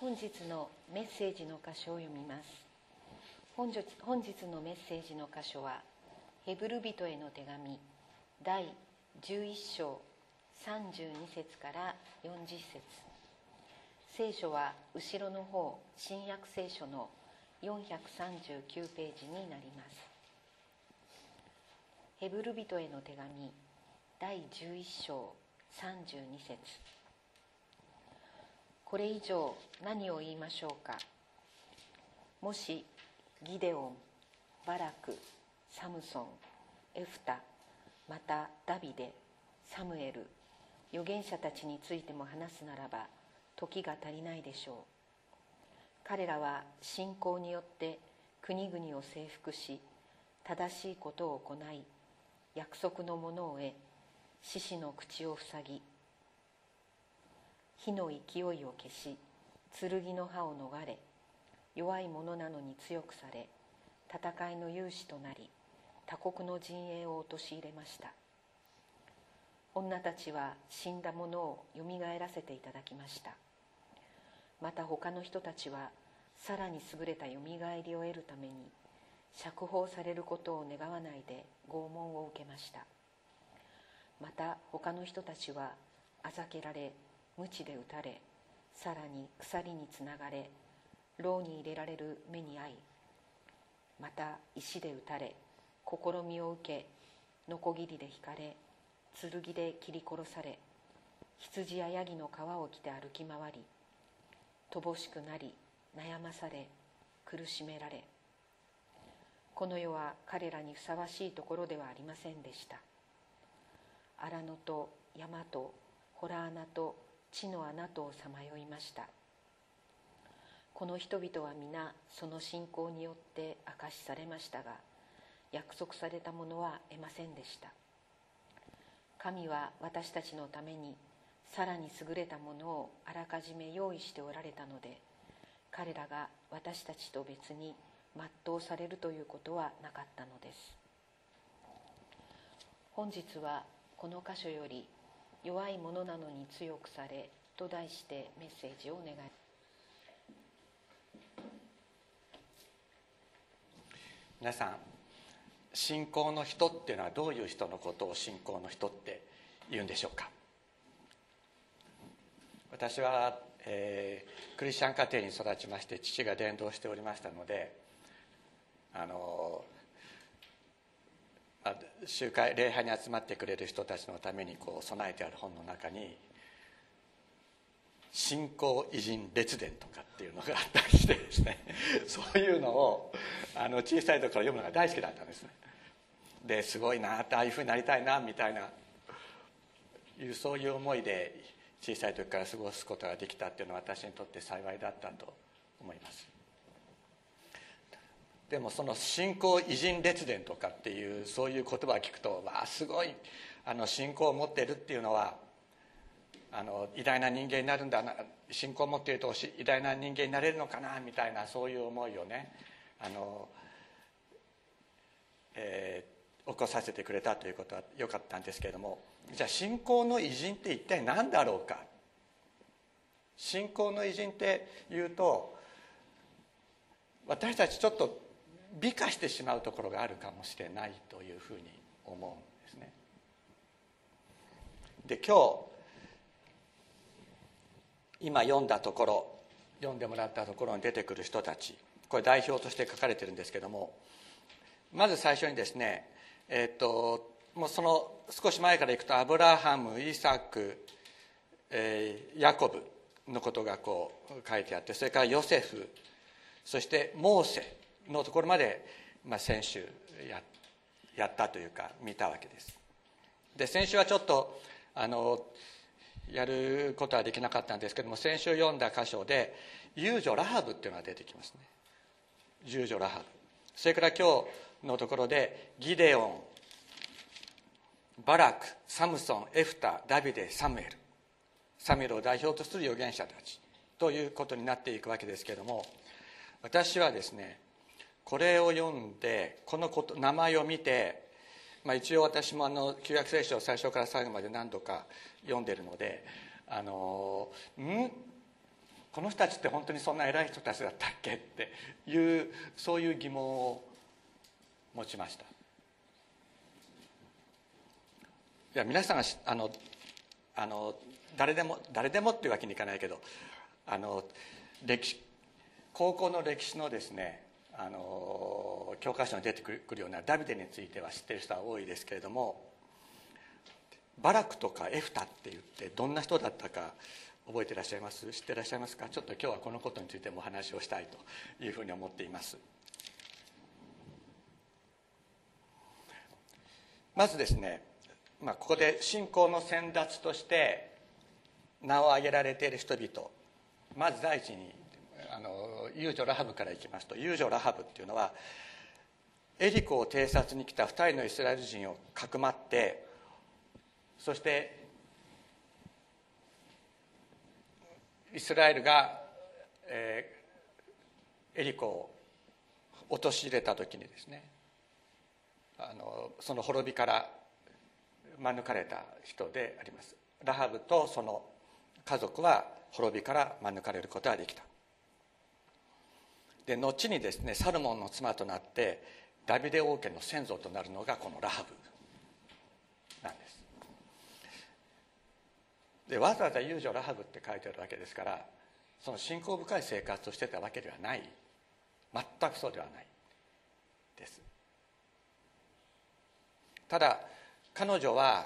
本日のメッセージの箇所を読みます。本日のメッセージの箇所はヘブル人への手紙第11章32節から40節。聖書は後ろの方、新約聖書の439ページになります。ヘブル人への手紙第11章32節。これ以上何を言いましょうか。もしギデオン、バラク、サムソン、エフタ、またダビデ、サムエル、預言者たちについても話すならば時が足りないでしょう。彼らは信仰によって国々を征服し、正しいことを行い、約束のものを得、獅子の口を塞ぎ、火の勢いを消し、剣の刃を逃れ、弱い者なのに強くされ、戦いの勇士となり、他国の陣営を陥れました。女たちは死んだ者をよみがえらせていただきました。また他の人たちはさらに優れたよみがえりを得るために釈放されることを願わないで拷問を受けました。また他の人たちはあざけられ、鞭で打たれ、さらに鎖につながれ、牢に入れられる目に遭い、また石で打たれ、試みを受け、ノコギリで引かれ、剣で切り殺され、羊やヤギの皮を着て歩き回り、乏しくなり、悩まされ、苦しめられ、この世は彼らにふさわしいところではありませんでした。荒野と山と洞穴と地の穴とをさまよいました。この人々は皆その信仰によって証しされましたが、約束されたものは得ませんでした。神は私たちのためにさらに優れたものをあらかじめ用意しておられたので、彼らが私たちと別に全うされるということはなかったのです。本日はこの箇所より弱い者なのに強くされと題してメッセージをお願い。 皆さん、信仰の人っていうのはどういう人のことを信仰の人って言うんでしょうか。私は、クリスチャン家庭に育ちまして、父が伝道しておりましたので、集会礼拝に集まってくれる人たちのために備えてある本の中に信仰偉人列伝とかっていうのがあったりしてですね、そういうのを小さい時から読むのが大好きだったんですね。ですごいなって、ああいうふうになりたいなみたいなそういう思いで小さい時から過ごすことができたっていうのは私にとって幸いだったと思います。でもその信仰偉人列伝とかっていうそういう言葉を聞くと、わあすごい信仰を持っているっていうのは偉大な人間になるんだな、信仰を持っていると偉大な人間になれるのかなみたいな、そういう思いをね起こさせてくれたということは良かったんですけれども、じゃあ信仰の偉人って一体何だろうか。信仰の偉人っていうと、私たちちょっと美化してしまうところがあるかもしれないというふうに思うんですね。で、今読んでもらったところに出てくる人たち、これ代表として書かれてるんですけども、まず最初にですね、もうその少し前からいくとアブラハム、イサク、ヤコブのことが書いてあって、それからヨセフ、そしてモーセのところまで、先週やったというか見たわけです。で、先週はちょっとやることはできなかったんですけども、先週読んだ箇所で遊女ラハブっていうのが出てきますね。遊女ラハブ、それから今日のところでギデオン、バラク、サムソン、エフタ、ダビデ、サムエルを代表とする預言者たちということになっていくわけですけれども、私はですね、これを読んでこの名前を見て、一応私も旧約聖書を最初から最後まで何度か読んでるので、 この人たちって本当にそんな偉い人たちだったっけっていうそういう疑問を持ちました。いや皆さんが誰でもっていうわけにいかないけど高校の歴史のですね教科書に出てくるようなダビデについては知っている人は多いですけれども、バラクとかエフタって言ってどんな人だったか覚えていらっしゃいます？知っていらっしゃいますか？ちょっと今日はこのことについてもお話をしたいというふうに思っています。まずですね、ここで信仰の先達として名を挙げられている人々、まず第一に遊女ラハブからいきますと、遊女ラハブっていうのはエリコを偵察に来た2人のイスラエル人をかくまって、そしてイスラエルが、エリコを陥れた時にですね、その滅びから免れた人であります。ラハブとその家族は滅びから免れることができた。で後にですね、サルモンの妻となってダビデ王家の先祖となるのがこのラハブなんです。でわざわざ遊女ラハブって書いてあるわけですから、その信仰深い生活をしてたわけではない、全くそうではないです。ただ彼女は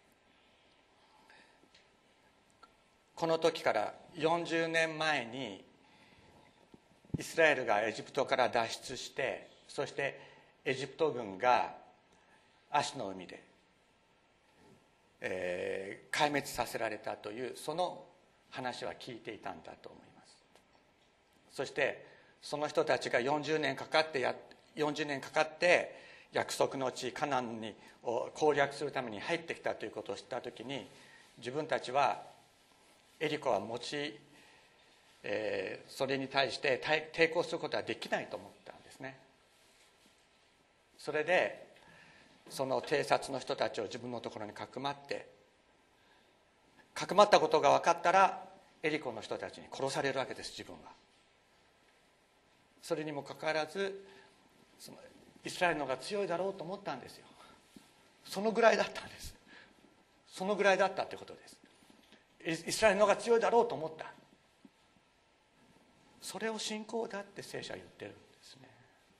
この時から40年前にイスラエルがエジプトから脱出して、そしてエジプト軍がアシの海で、壊滅させられたというその話は聞いていたんだと思います。そしてその人たちが40年かかって約束の地カナンに攻略するために入ってきたということを知ったときに、自分たちはエリコはそれに対して抵抗することはできないと思ったんですね。それでその偵察の人たちを自分のところにかくまったことが分かったらエリコの人たちに殺されるわけです。自分はそれにもかかわらずイスラエルの方が強いだろうと思ったんですよ。そのぐらいだったんです。そのぐらいだったということです。イスラエルの方が強いだろうと思った。それを信仰だって聖書は言ってるんですね。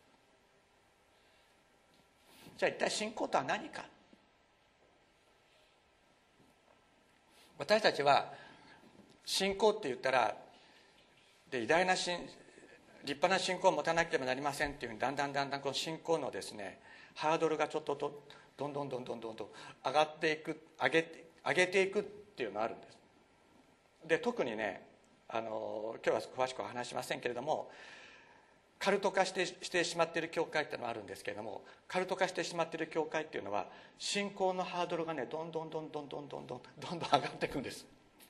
じゃあ一体信仰とは何か。私たちは信仰って言ったら偉大な立派な信仰を持たなければなりませんっていうふうにだんだんこの信仰のですねハードルがちょっとどんどん上げていくっていうのがあるんです。で特にね今日は詳しくは話しませんけれども、カルト化してしまっている教会っていうのはあるんですけれども、カルト化してしまっている教会っていうのは信仰のハードルがねどんどん上がっていくんです。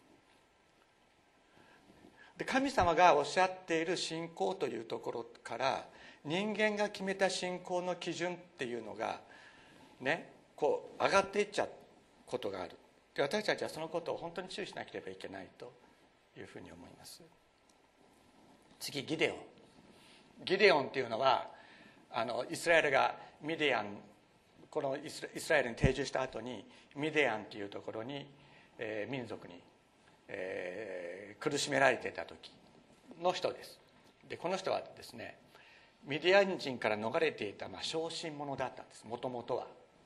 で神様がおっしゃっている信仰というところから人間が決めた信仰の基準っていうのがねこう上がっていっちゃうことがある。で私たちはそのことを本当に注意しなければいけないというふうに思います。次ギデオンっていうのはイスラエルがこのイスラエルに定住した後にミディアンというところに、民族に、苦しめられていた時の人です。でこの人はですねミディアン人から逃れていた、小心者だったんです。もともとは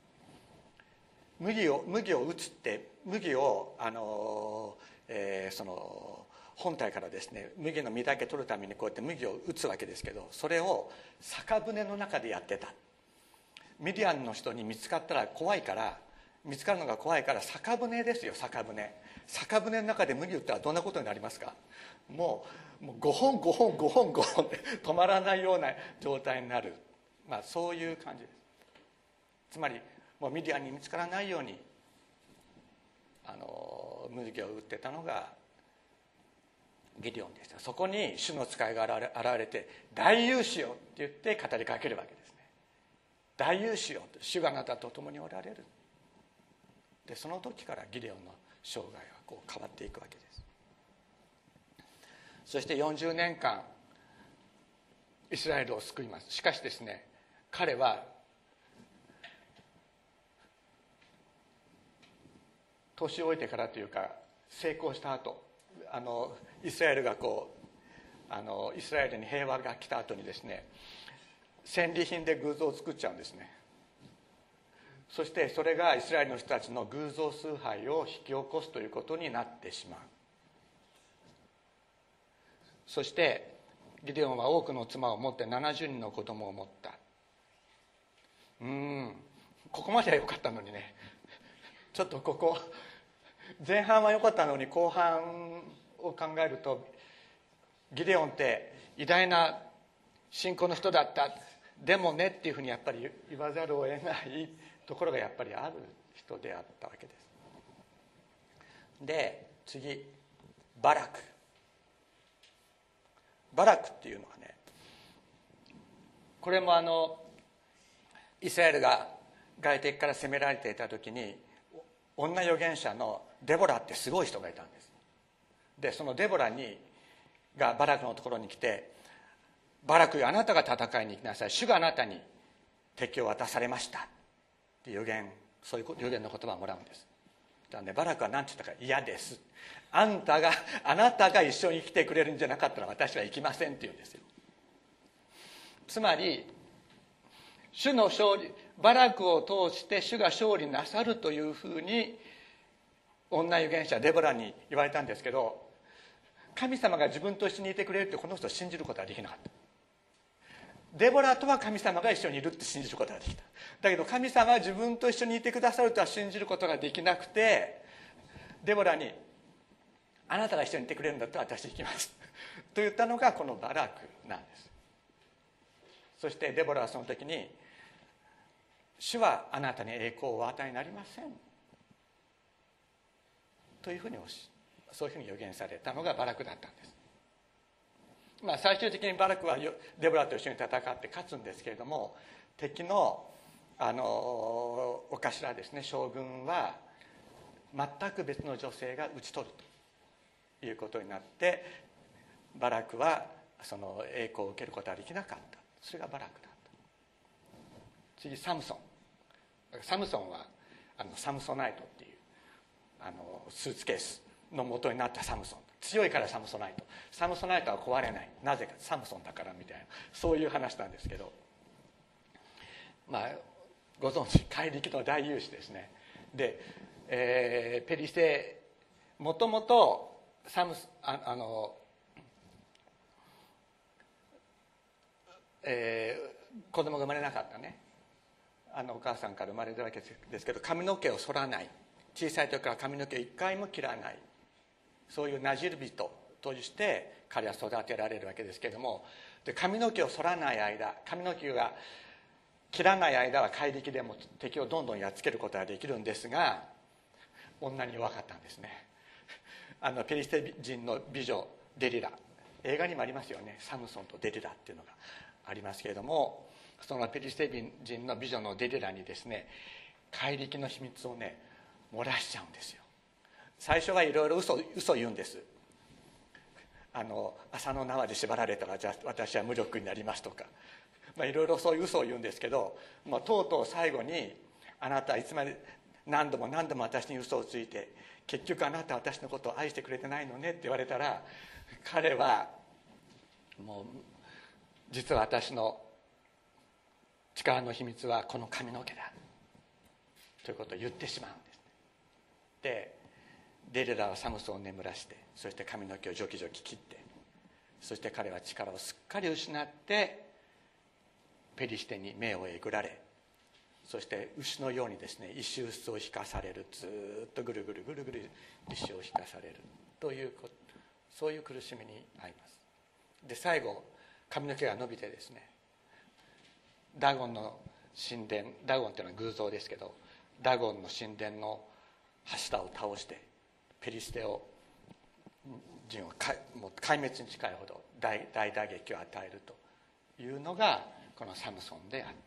麦を打つって麦をその本体からですね麦の実だけ取るためにこうやって麦を打つわけですけど、それを酒舟の中でやってた。ミディアンの人に見つかったら見つかるのが怖いから酒舟ですよ。酒舟の中で麦打ったらどんなことになりますか？もう5本で止まらないような状態になる、そういう感じです。つまりもうミディアンに見つからないように麦を打ってたのがギデオンでした。そこに主の使いが現れて大勇士よって言って語りかけるわけですね。大勇士よ、主があなたと共におられる。でその時からギデオンの生涯はこう変わっていくわけです。 そして40年間イスラエルを救います。しかしですね、彼は年老いてからというか、成功した後、イスラエルがイスラエルに平和が来た後にですね、戦利品で偶像を作っちゃうんですね。そしてそれがイスラエルの人たちの偶像崇拝を引き起こすということになってしまう。そしてギデオンは多くの妻を持って70人の子供を持った。ここまでは良かったのにね、ちょっとここ前半は良かったのに後半を考えると、ギデオンって偉大な信仰の人だった、でもねっていうふうにやっぱり言わざるを得ないところがやっぱりある人であったわけです。で次、バラクっていうのはね、これもイスラエルが外敵から攻められていた時に、女預言者のデボラってすごい人がいたんです。でそのデボラがバラクのところに来て、バラクよ、あなたが戦いに行きなさい、主があなたに敵を渡されましたってそういう預言の言葉をもらうんです。だからね、バラクは何て言ったか、嫌です、あなたが一緒に来てくれるんじゃなかったら私は行きませんって言うんですよ。つまり主の勝利、バラクを通して主が勝利なさるというふうに女預言者デボラに言われたんですけど、神様が自分と一緒にいてくれるってこの人を信じることはできなかった。デボラとは神様が一緒にいるって信じることができた。だけど神様は自分と一緒にいてくださるとは信じることができなくて、デボラにあなたが一緒にいてくれるんだったら私行きますと言ったのがこのバラクなんです。そしてデボラはその時に、主はあなたに栄光をお与えになりませんというふうにそういうふうに予言されたのがバラクだったんです。最終的にバラクはデボラと一緒に戦って勝つんですけれども、敵のお頭ですね、将軍は全く別の女性が討ち取るということになって、バラクはその栄光を受けることはできなかった。それがバラクだった。次、サムソンはサムソナイトっていうスーツケースの元になったサムソン、強いからサムソナイトは壊れない、なぜかサムソンだからみたいな、そういう話なんですけど、ご存知、怪力の大勇士ですね。で、ペリシテ、もともと子供が生まれなかったね、お母さんから生まれたわけですけど、髪の毛を剃らない、小さい時から髪の毛を一回も切らない、そういうなじる人として彼は育てられるわけですけれども、で髪の毛を剃らない間、髪の毛が切らない間は怪力でも敵をどんどんやっつけることができるんですが、女に弱かったんですね。ペリシテ人の美女デリラ、映画にもありますよね、サムソンとデリラっていうのがありますけれども、そのペリシテ人の美女のデリラにですね、怪力の秘密をね漏らしちゃうんですよ。最初はいろいろ嘘言うんです。麻の縄で縛られたらじゃあ私は無力になりますとか、いろいろそういう嘘を言うんですけど、とうとう最後に、あなたはいつまで何度も私に嘘をついて、結局あなたは私のことを愛してくれてないのねって言われたら、彼はもう実は私の力の秘密はこの髪の毛だということを言ってしまうんです。でデリラはサムソンを眠らして、そして髪の毛をジョキジョキ切って、そして彼は力をすっかり失ってペリシテに目をえぐられ、そして牛のようにですね石臼を引かされる、ずっとぐるぐる石を引かされるということ、そういう苦しみに遭います。で最後髪の毛が伸びてですね、ダゴンの神殿、ダゴンというのは偶像ですけど、ダゴンの神殿の柱を倒してペリシテ人をもう壊滅に近いほど大打撃を与えるというのがこのサムソンであった。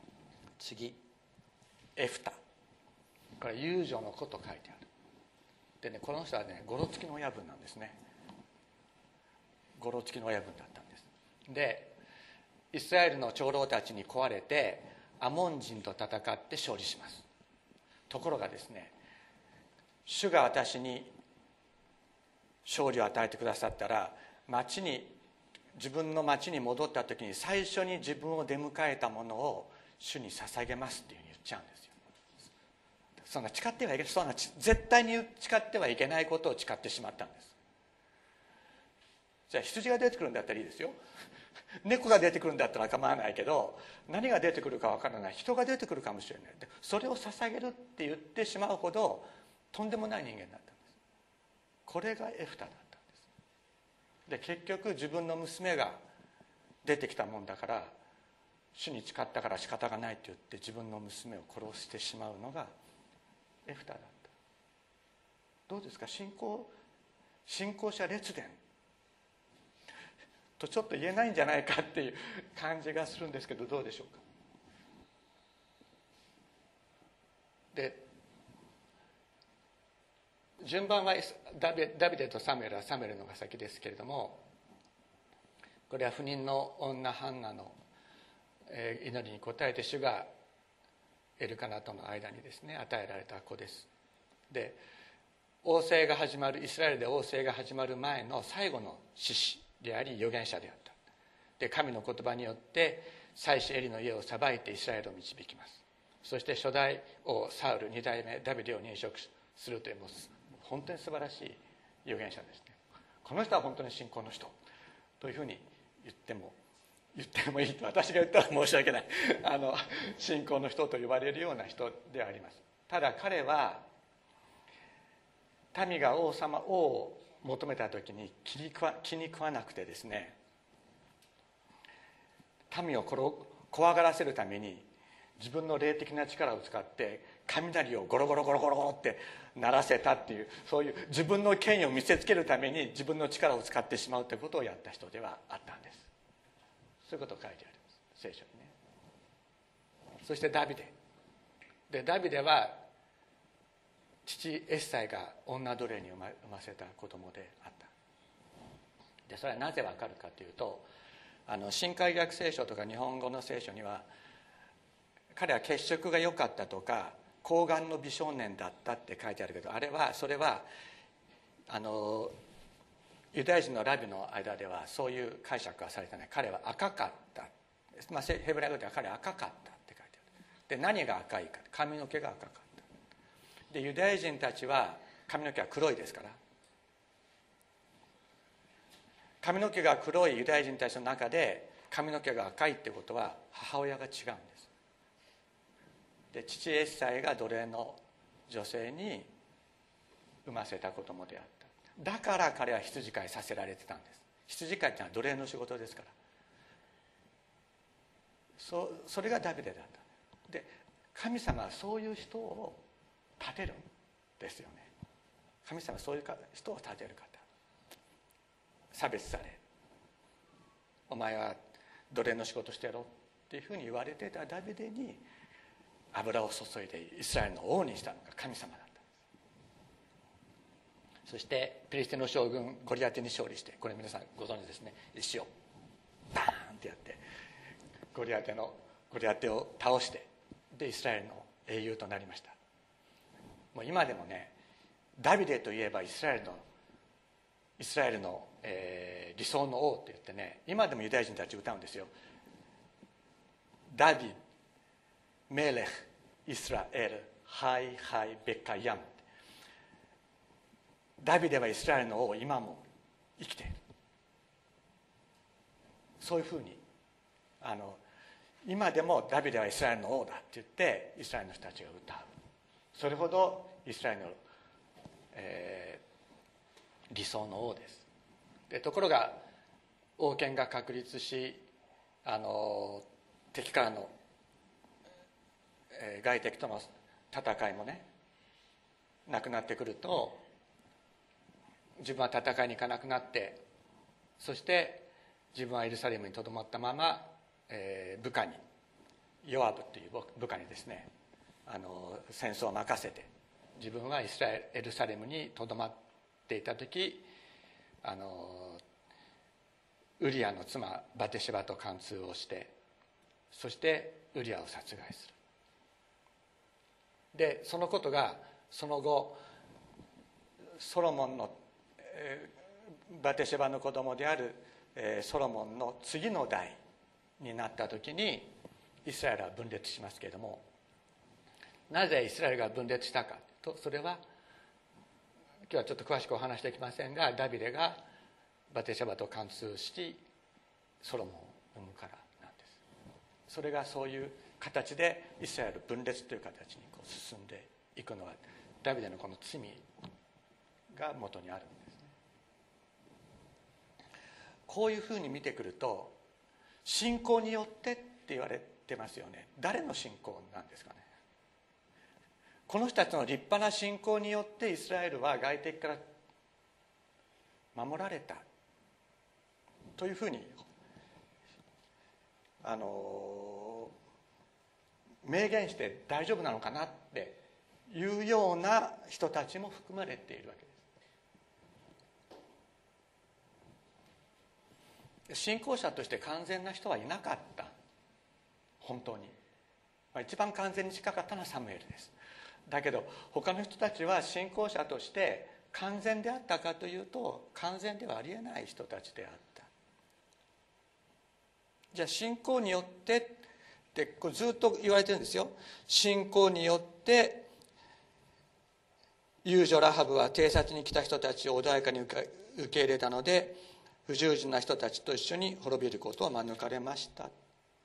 次、エフタ、これ遊女の子と書いてある。 でね、この人はね、ゴロつきの親分なんですね。ゴロつきの親分だったんです。でイスラエルの長老たちに壊れてアモン人と戦って勝利します。ところがですね、主が私に勝利を与えてくださったら、自分の町に戻った時に最初に自分を出迎えたものを主に捧げますっていうふうに言っちゃうんですよ。そんな誓ってはいけない、そんな絶対に誓ってはいけないことを誓ってしまったんです。じゃあ羊が出てくるんだったらいいですよ、猫が出てくるんだったら構わないけど、何が出てくるかわからない人が出てくるかもしれない。それを捧げるって言ってしまうほどとんでもない人間だったんです。これがエフタだったんです。で結局自分の娘が出てきたもんだから、主に誓ったから仕方がないって言って自分の娘を殺してしまうのがエフタだった。どうですか、信仰者列伝とちょっと言えないんじゃないかっていう感じがするんですけど、どうでしょうか。で順番はダビデとサムエルはサムエルのが先ですけれども、これは不妊の女ハンナの祈りに応えて主がエルカナとの間にですね与えられた子です。で王政が始まる、イスラエルで王政が始まる前の最後の士師であり預言者であった。で神の言葉によって祭司エリの家を裁いてイスラエルを導きます。そして初代王サウル、2代目ダビデを認職するという、もう本当に素晴らしい預言者ですね。この人は本当に信仰の人というふうに言ってもいいと私が言ったら申し訳ない信仰の人と呼ばれるような人であります。ただ彼は民が王を求めた時に気に食わなくてですね、民を怖がらせるために自分の霊的な力を使って雷をゴロゴロゴロゴロって鳴らせたっていう、そういう自分の権威を見せつけるために自分の力を使ってしまうということをやった人ではあったんです。そういうことが書いてあります聖書にね。そしてダビデは父エッサイが女奴隷に産ませた子供であった。でそれはなぜわかるかというと、新海訳聖書とか日本語の聖書には彼は血色が良かったとか高顔の美少年だったって書いてあるけど、それはユダヤ人のラビの間ではそういう解釈はされてない。彼は赤かった、ヘブライ語では彼は赤かったって書いてある。で何が赤いか、髪の毛が赤かった。でユダヤ人たちは髪の毛は黒いですから、髪の毛が黒いユダヤ人たちの中で髪の毛が赤いってことは母親が違うんです。で父エッサイが奴隷の女性に産ませた子供であった。だから彼は羊飼いさせられてたんです。羊飼いってのは奴隷の仕事ですから。それがダビデだった。で神様はそういう人を立てるんですよね。神様はそういう人を立てる方。差別され、お前は奴隷の仕事してやろうっていうふうに言われてたダビデに油を注いでイスラエルの王にしたのが神様だった。そしてペリシテの将軍ゴリアテに勝利して、これ皆さんご存知ですね。石をバーンってやってゴリアテを倒して、でイスラエルの英雄となりました。もう今でもね、ダビデといえばイスラエルの、理想の王って言ってね、今でもユダヤ人たち歌うんですよ。ダビメレフイスラエルハイハイベカヤム。ダビデはイスラエルの王、今も生きている。そういうふうに今でもダビデはイスラエルの王だって言ってイスラエルの人たちが歌う。それほどイスラエルの、理想の王です。でところが王権が確立し、敵からの、外敵との戦いもねなくなってくると、自分は戦いに行かなくなって、そして自分はエルサレムにとどまったまま、部下にヨアブという部下にですね戦争を任せて、 自分はエルサレムにとどまっていた時、ウリアの妻バテシェバと貫通をして、そしてウリアを殺害する。でそのことがその後ソロモンの、バテシェバの子供である、ソロモンの次の代になった時にイスラエルは分裂しますけれども、なぜイスラエルが分裂したかと、それは今日はちょっと詳しくお話しできませんが、ダビデがバテシェバと貫通しソロモンを生むからなんです。それがそういう形でイスラエル分裂という形にこう進んでいくのは、ダビデのこの罪が元にあるんですね。こういうふうに見てくると、信仰によってって言われてますよね。誰の信仰なんですかね。この人たちの立派な信仰によってイスラエルは外敵から守られたというふうに明言して大丈夫なのかなっていうような人たちも含まれているわけです。信仰者として完全な人はいなかった。本当に一番完全に近かったのはサムエルです。だけど他の人たちは信仰者として完全であったかというと、完全ではありえない人たちであった。じゃあ信仰によってってこれずっと言われてるんですよ。信仰によって遊女ラハブは偵察に来た人たちを穏やかに受け入れたので、不従順な人たちと一緒に滅びることを免れました。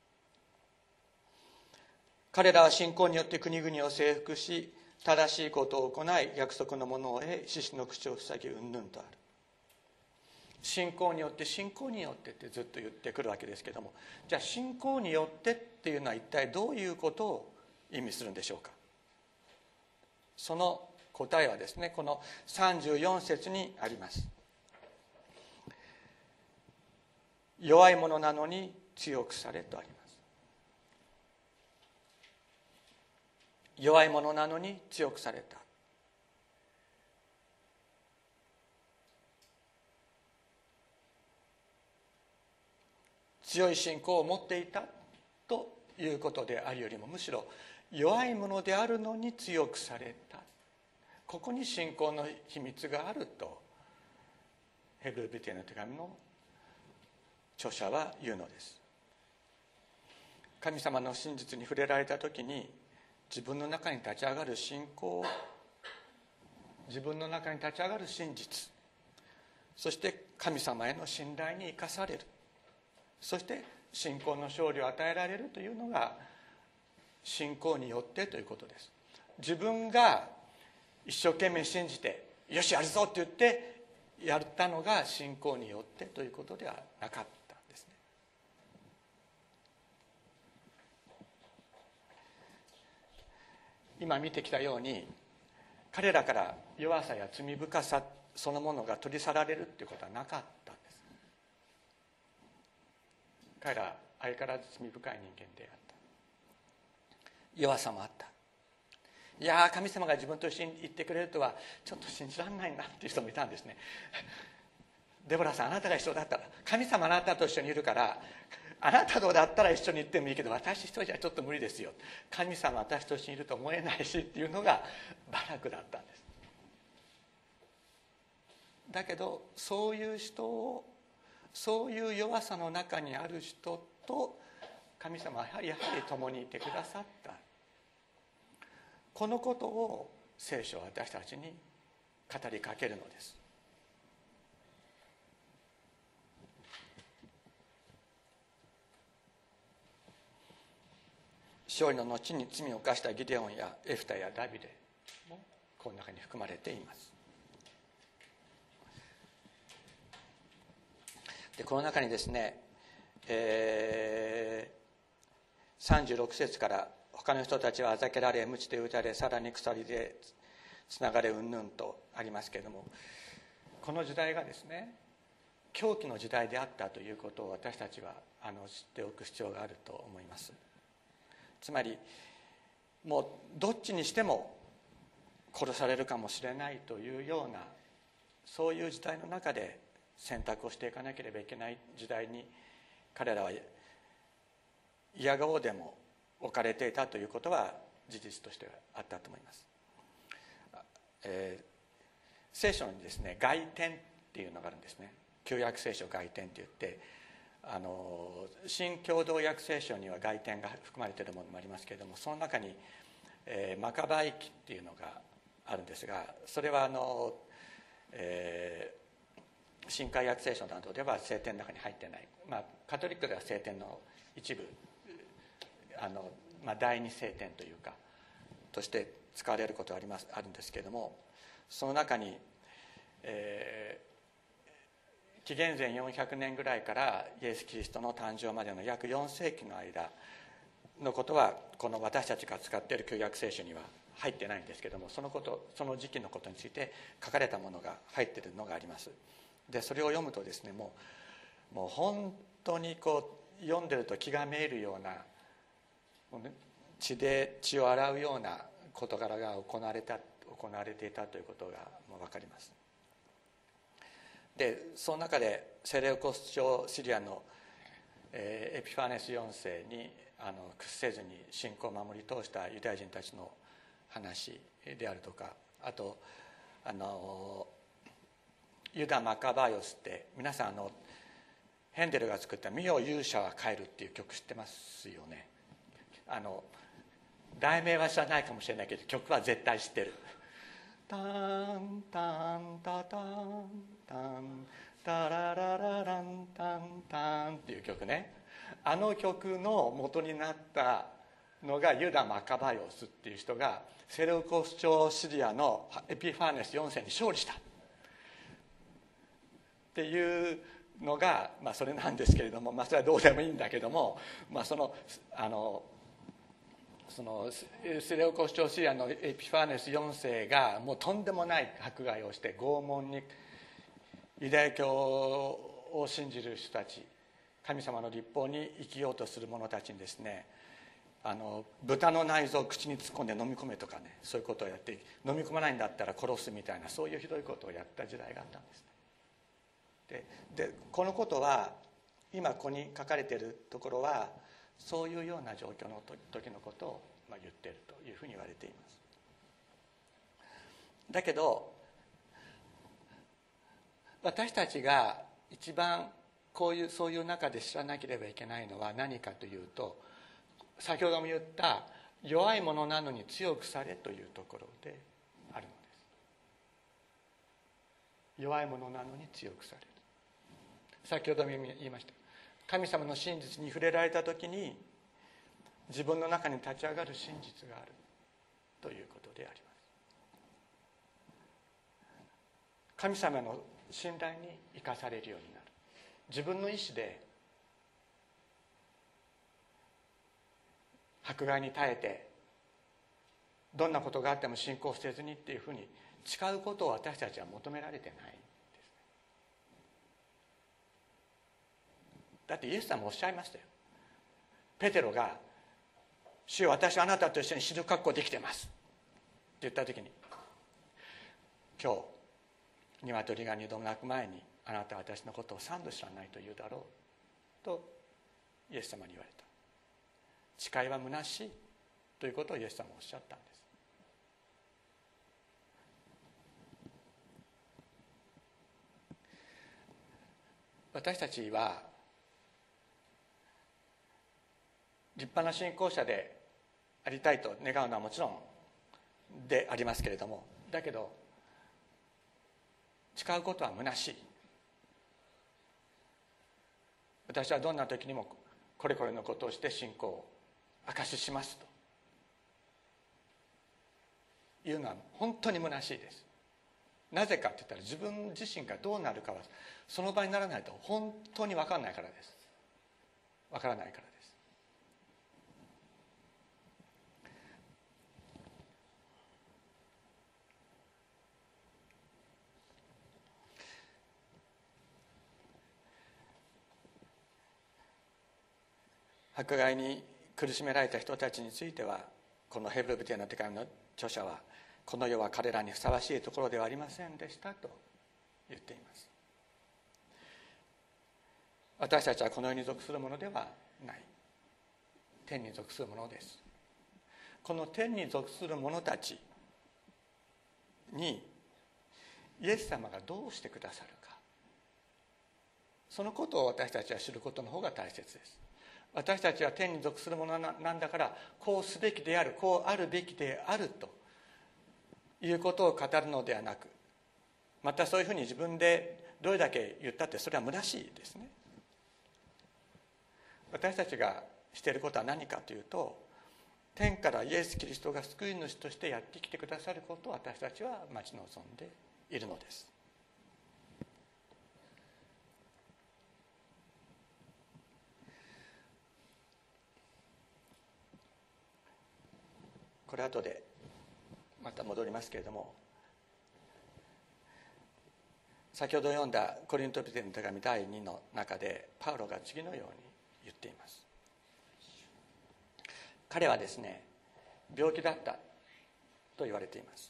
彼らは信仰によって国々を征服し、正しいことを行い、約束のものを得、獅子の口を塞ぎ、うんぬんとある。信仰によって、信仰によってってずっと言ってくるわけですけども、じゃあ信仰によってっていうのは一体どういうことを意味するんでしょうか。その答えはですね、この34節にあります。弱い者なのに強くされとあります。弱い者なのに強くされた。強い信仰を持っていたということであるよりも、むしろ弱い者であるのに強くされた、ここに信仰の秘密があるとヘブルビテの手紙の著者は言うのです。神様の真実に触れられた時に、自分の中に立ち上がる信仰、自分の中に立ち上がる真実、そして神様への信頼に生かされる、そして信仰の勝利を与えられるというのが信仰によってということです。自分が一生懸命信じてよしやるぞって言ってやったのが信仰によってということではなかったんですね。今見てきたように、彼らから弱さや罪深さそのものが取り去られるということはなかったんです。彼ら相変わらず罪深い人間であった。弱さもあった。いや神様が自分と一緒に行ってくれるとはちょっと信じられないなっていう人もいたんですね。デボラさん、あなたが一緒だったら、神様あなたと一緒にいるから、あなたとだったら一緒に行ってもいいけど、私一人じゃちょっと無理ですよ、神様私と一緒にいると思えないしっていうのがバラクだったんです。だけどそういう人を、そういう弱さの中にある人と神様はやはり共にいてくださった。このことを聖書は私たちに語りかけるのです。勝利の後に罪を犯したギデオンやエフタやダビデもこの中に含まれています。でこの中にですね、36節から他の人たちはあざけられ、鞭で打たれ、さらに鎖でつながれうんぬんとありますけれども、この時代がですね狂気の時代であったということを私たちは知っておく必要があると思います。つまりもうどっちにしても殺されるかもしれないというような、そういう時代の中で選択をしていかなければいけない時代に彼らは嫌顔でも置かれていたということは事実としてあったと思います。聖書にですね、外典っていうのがあるんですね。旧約聖書外典って言って、新共同訳聖書には外典が含まれているものもありますけれども、その中に、マカバイ記っていうのがあるんですが、それは新海訳聖書などでは聖典の中に入ってない、カトリックでは聖典の一部、第二聖典というかとして使われることがあるんですけれども、その中に、紀元前400年ぐらいからイエス・キリストの誕生までの約4世紀の間のことはこの私たちが使っている旧約聖書には入ってないんですけれども、その時期のことについて書かれたものが入っているのがあります。でそれを読むとですね、もう本当に読んでると気がめいるような、血を洗うような事柄が行われていたということが分かります。でその中でセレウコス朝シリアのエピファネス4世に屈せずに信仰を守り通したユダヤ人たちの話であるとか、あとユダ・マカバヨスって、皆さんヘンデルが作った「見よ勇者は帰る」っていう曲知ってますよね。題名は知らないかもしれないけど曲は絶対知ってる。タンタンタタンタンタラララランタンタンっていう曲ね。あの曲の元になったのがユダ・マカバヨスっていう人がセレウコス朝シリアのエピファーネス4世に勝利したっていうのが、それなんですけれども、それはどうでもいいんだけども、そのセレウコス朝シリアのエピファーネス4世がもうとんでもない迫害をして拷問に、ユダヤ教を信じる人たち、神様の律法に生きようとする者たちにですね、豚の内臓を口に突っ込んで飲み込めとかね、そういうことをやって、飲み込まないんだったら殺すみたいな、そういうひどいことをやった時代があったんですね。でこのことは今ここに書かれているところはそういうような状況の時のことを言っているというふうに言われています。だけど私たちが一番そういう中で知らなければいけないのは何かというと、先ほども言った弱いものなのに強くされというところであるのです。弱いものなのに強くされる。先ほども言いました。神様の真実に触れられた時に自分の中に立ち上がる真実があるということであります。神様の信頼に生かされるようになる。自分の意志で迫害に耐えてどんなことがあっても信仰せずにっていうふうに誓うことを私たちは求められてない。だってイエス様もおっしゃいましたよ。ペテロが「主よ、私はあなたと一緒に死ぬ覚悟できてます」って言った時に、今日鶏が2度鳴く前にあなたは私のことを3度知らないと言うだろうとイエス様に言われた。誓いは虚しいということをイエス様はおっしゃったんです。私たちは立派な信仰者でありたいと願うのはもちろんでありますけれども、だけど誓うことは虚しい。私はどんな時にもこれこれのことをして信仰を証ししますというのは本当に虚しいです。なぜかって言ったら、自分自身がどうなるかはその場にならないと本当に分からないからです。分からないからです。迫害に苦しめられた人たちについては、このヘブル人への手紙の著者はこの世は彼らにふさわしいところではありませんでしたと言っています。私たちはこの世に属するものではない。天に属するものです。この天に属する者たちにイエス様がどうしてくださるか、そのことを私たちは知ることの方が大切です。私たちは天に属するものなんだから、こうすべきである、こうあるべきであるということを語るのではなく、またそういうふうに自分でどれだけ言ったってそれは虚しいですね。私たちがしていることは何かというと、天からイエス・キリストが救い主としてやってきてくださることを私たちは待ち望んでいるのです。これ後でまた戻りますけれども、先ほど読んだコリント人への手紙第2の中でパウロが次のように言っています。彼はですね、病気だったと言われています。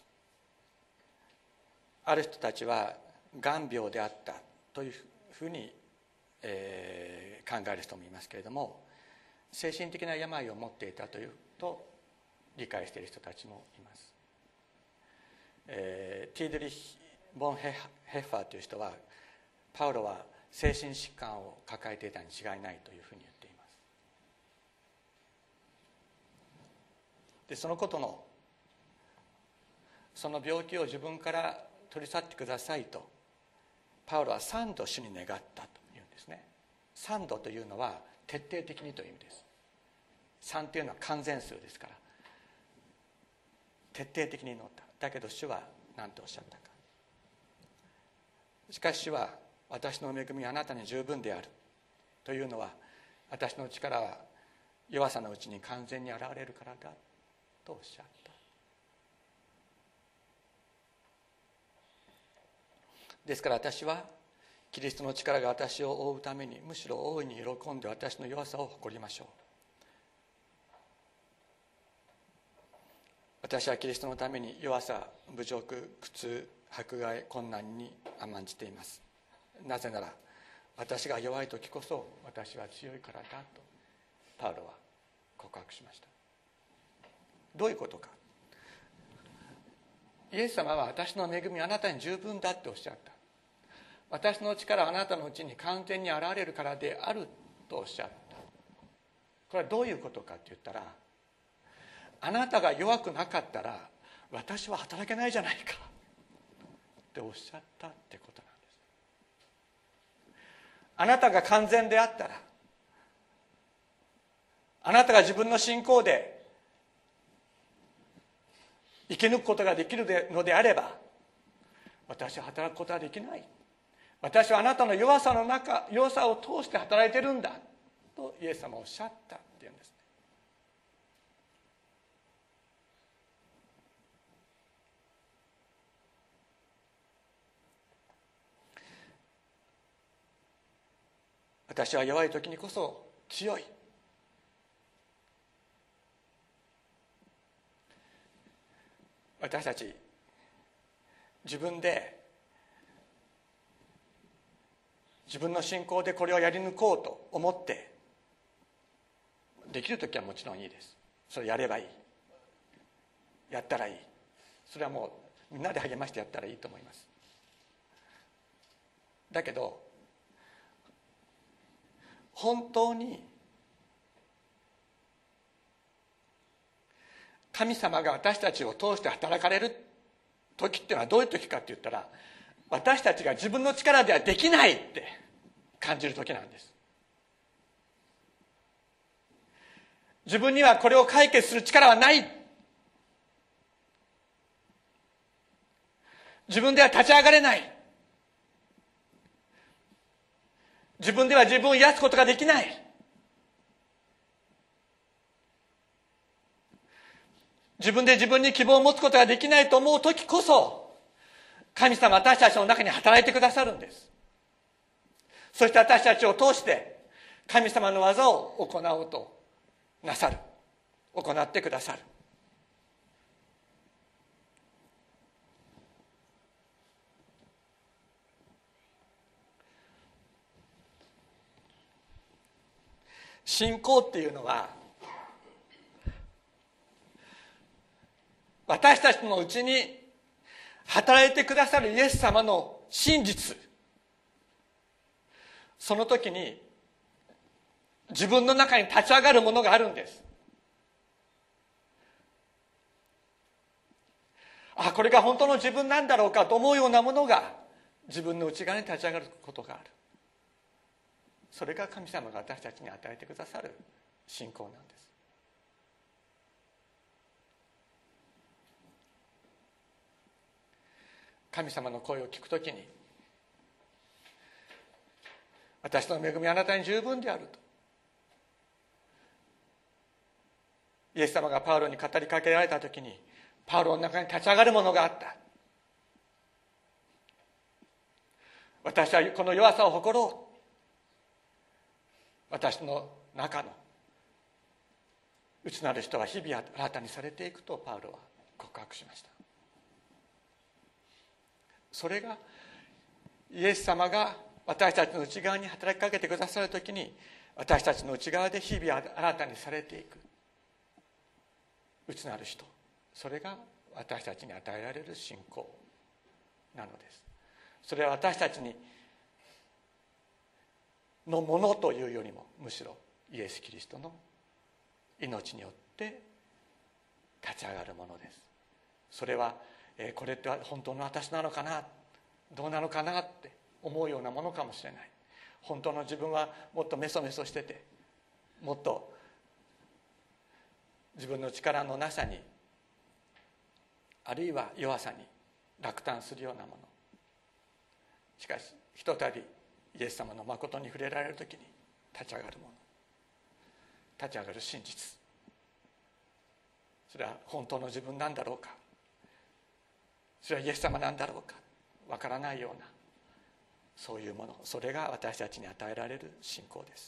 ある人たちは癌病であったというふうに、考える人もいますけれども、精神的な病を持っていたというと理解している人たちもいます。ティードリヒ・ボン・ヘッファーという人は、パウロは精神疾患を抱えていたに違いないというふうに言っています。でそのことの、その病気を自分から取り去ってくださいとパウロは3度主に願ったというんですね。3度というのは徹底的にという意味です。3というのは完全数ですから、徹底的に祈った。だけど主は何とおっしゃったか。しかし主は、私の恵みはあなたに十分であるというのは、私の力は弱さのうちに完全に現れるからだとおっしゃった。ですから私はキリストの力が私を覆うために、むしろ大いに喜んで私の弱さを誇りましょう。私はキリストのために弱さ、侮辱、苦痛、迫害、困難に甘んじています。なぜなら私が弱い時こそ私は強いからだとパウロは告白しました。どういうことか。イエス様は、私の恵みあなたに十分だっておっしゃった。私の力はあなたのうちに完全に現れるからであるとおっしゃった。これはどういうことかって言ったら、あなたが弱くなかったら私は働けないじゃないかっておっしゃったってことなんです。あなたが完全であったら、あなたが自分の信仰で生き抜くことができるのであれば、私は働くことはできない。私はあなたの弱さを通して働いてるんだとイエス様はおっしゃったっていうんですね。私は弱い時にこそ強い。私たち自分で自分の信仰でこれをやり抜こうと思ってできる時はもちろんいいです。それやればいい、やったらいい。それはもうみんなで励ましてやったらいいと思います。だけど本当に神様が私たちを通して働かれる時っていうのはどういう時かって言ったら、私たちが自分の力ではできないって感じる時なんです。自分にはこれを解決する力はない、自分では立ち上がれない、自分では自分を癒すことができない、自分で自分に希望を持つことができないと思う時こそ、神様は私たちの中に働いてくださるんです。そして私たちを通して神様の技を行おうとなさる、行ってくださる。 信仰っていうのは私たちのうちに働いてくださるイエス様の真実、その時に自分の中に立ち上がるものがあるんです。これが本当の自分なんだろうかと思うようなものが自分の内側に立ち上がることがある。それが神様が私たちに与えてくださる信仰なんです。神様の声を聞くときに、私の恵みあなたに十分であるとイエス様がパウロに語りかけられたときに、パウロの中に立ち上がるものがあった。私はこの弱さを誇ろう。私の中の内なる人は日々新たにされていくとパウロは告白しました。それがイエス様が私たちの内側に働きかけてくださるときに、私たちの内側で日々新たにされていく内なる人、それが私たちに与えられる信仰なのです。それは私たちにのものというよりも、むしろイエス・キリストの命によって立ち上がるものです。それはこれって本当の私なのかな、どうなのかなって思うようなものかもしれない。本当の自分はもっとメソメソしてて、もっと自分の力のなさに、あるいは弱さに落胆するようなもの。しかしひとたびイエス様の誠に触れられるときに立ち上がるもの、立ち上がる真実、それは本当の自分なんだろうか、それはイエス様なんだろうか、わからないようなそういうもの、それが私たちに与えられる信仰です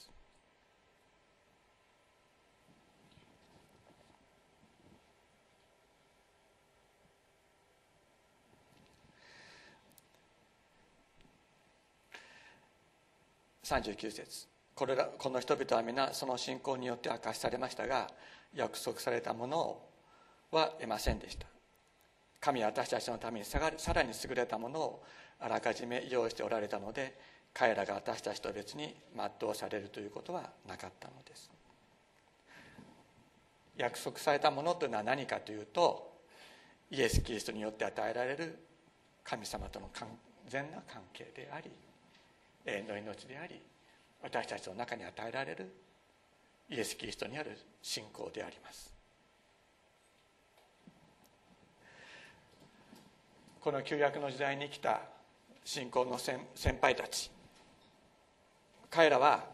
。39節、この人々は皆その信仰によって明かしされましたが、約束されたものは得ませんでした。神は私たちのためにさらに優れたものをあらかじめ用意しておられたので、彼らが私たちと別に全うされるということはなかったのです。約束されたものというのは何かというと、イエス・キリストによって与えられる神様との完全な関係であり、永遠の命であり、私たちの中に与えられるイエス・キリストにある信仰であります。この旧約の時代に生きた信仰の先輩たち、彼らは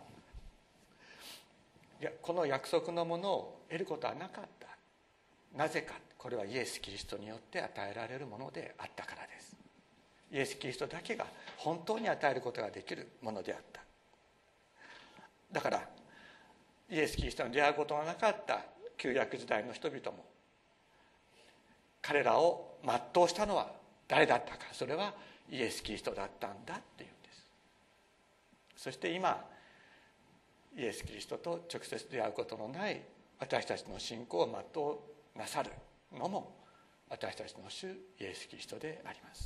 この約束のものを得ることはなかった。なぜか、これはイエス・キリストによって与えられるものであったからです。イエス・キリストだけが本当に与えることができるものであった。だからイエス・キリストに出会うことがなかった旧約時代の人々も、彼らを全うしたのは誰だったか、それはイエス・キリストだったんだっていうんです。そして今イエス・キリストと直接出会うことのない私たちの信仰を全うなさるのも私たちの主イエス・キリストであります。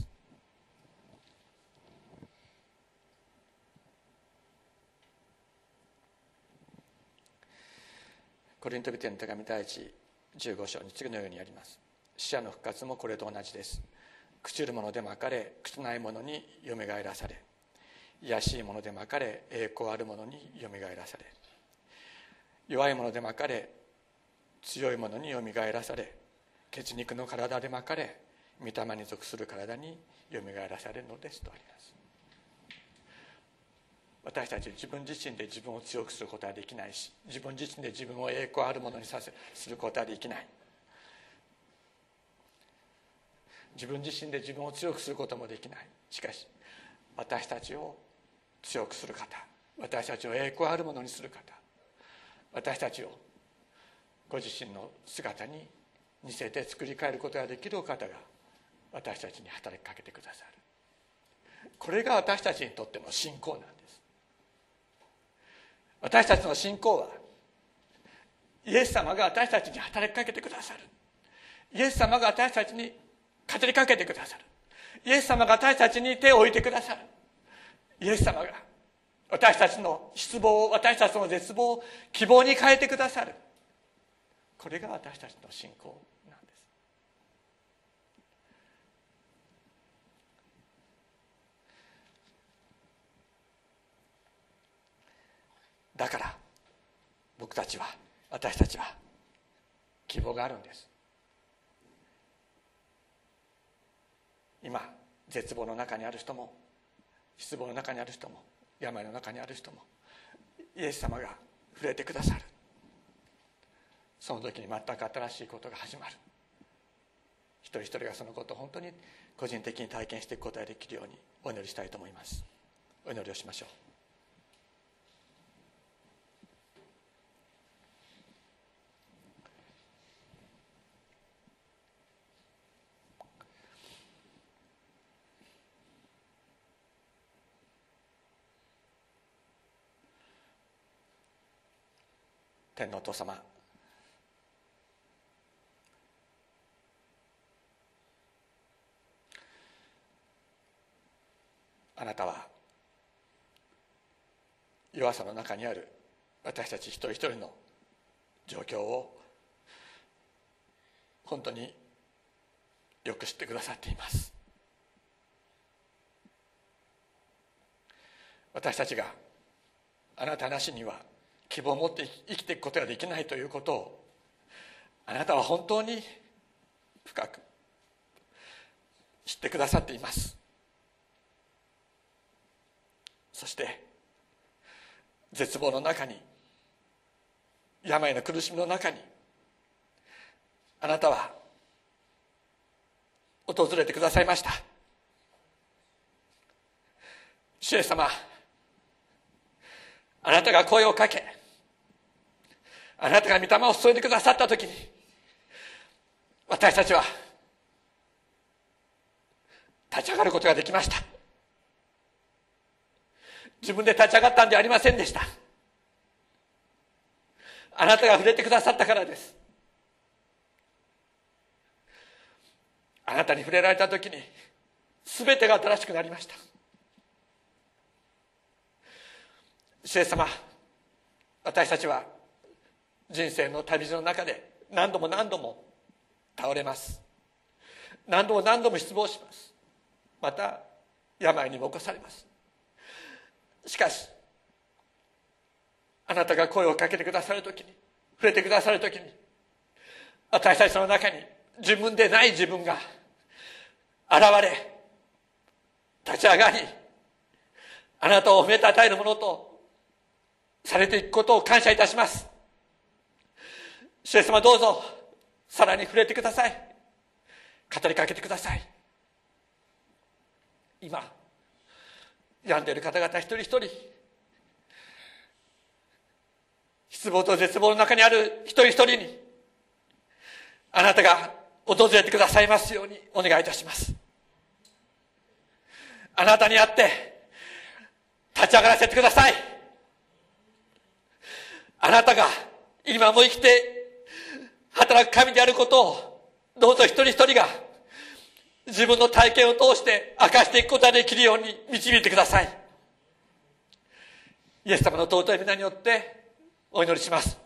コリント人への手紙第15章に次のようにあります。死者の復活もこれと同じです。朽ちるものでまかれ、朽ちないものによみがえらされ、卑しいものでまかれ、栄光あるものによみがえらされ、弱いものでまかれ、強いものによみがえらされ、血肉の体でまかれ、御霊に属する体によみがえらされるのですとあります。私たち自分自身で自分を強くすることはできないし、自分自身で自分を栄光あるものにすることはできない。自分自身で自分を強くすることもできない。しかし私たちを強くする方、私たちを栄光あるものにする方、私たちをご自身の姿に似せて作り変えることができるお方が私たちに働きかけてくださる。これが私たちにとっての信仰なんです。私たちの信仰はイエス様が私たちに働きかけてくださる。イエス様が私たちに語りかけてくださる。イエス様が私たちに手を置いてくださる。イエス様が私たちの失望を、私たちの絶望を希望に変えてくださる。これが私たちの信仰なんです。だから私たちは希望があるんです。今絶望の中にある人も、失望の中にある人も、病の中にある人も、イエス様が触れてくださる。その時に全く新しいことが始まる。一人一人がそのことを本当に個人的に体験していくことができるようにお祈りしたいと思います。お祈りをしましょう。天のお父様、あなたは弱さの中にある私たち一人一人の状況を本当によく知ってくださっています。私たちがあなたなしには希望を持って生きていくことができないということをあなたは本当に深く知ってくださっています。そして絶望の中に、病の苦しみの中にあなたは訪れてくださいました。主イエス様、あなたが声をかけ、あなたが御霊を注いでくださったときに、私たちは立ち上がることができました。自分で立ち上がったんではありませんでした。あなたが触れてくださったからです。あなたに触れられたときに全てが新しくなりました。主イエス様、私たちは人生の旅路の中で何度も何度も倒れます。何度も何度も失望します。また病にも起こされます。しかしあなたが声をかけてくださるときに、触れてくださるときに、私たちの中に自分でない自分が現れ、立ち上がり、あなたを褒めたたえるものとされていくことを感謝いたします。主イエス様、どうぞさらに触れてください。語りかけてください。今病んでいる方々一人一人、失望と絶望の中にある一人一人にあなたが訪れてくださいますようにお願いいたします。あなたに会って立ち上がらせてください。あなたが今も生きて働く神であることを、どうぞ一人一人が自分の体験を通して明かしていくことができるように導いてください。イエス様の尊い皆によってお祈りします。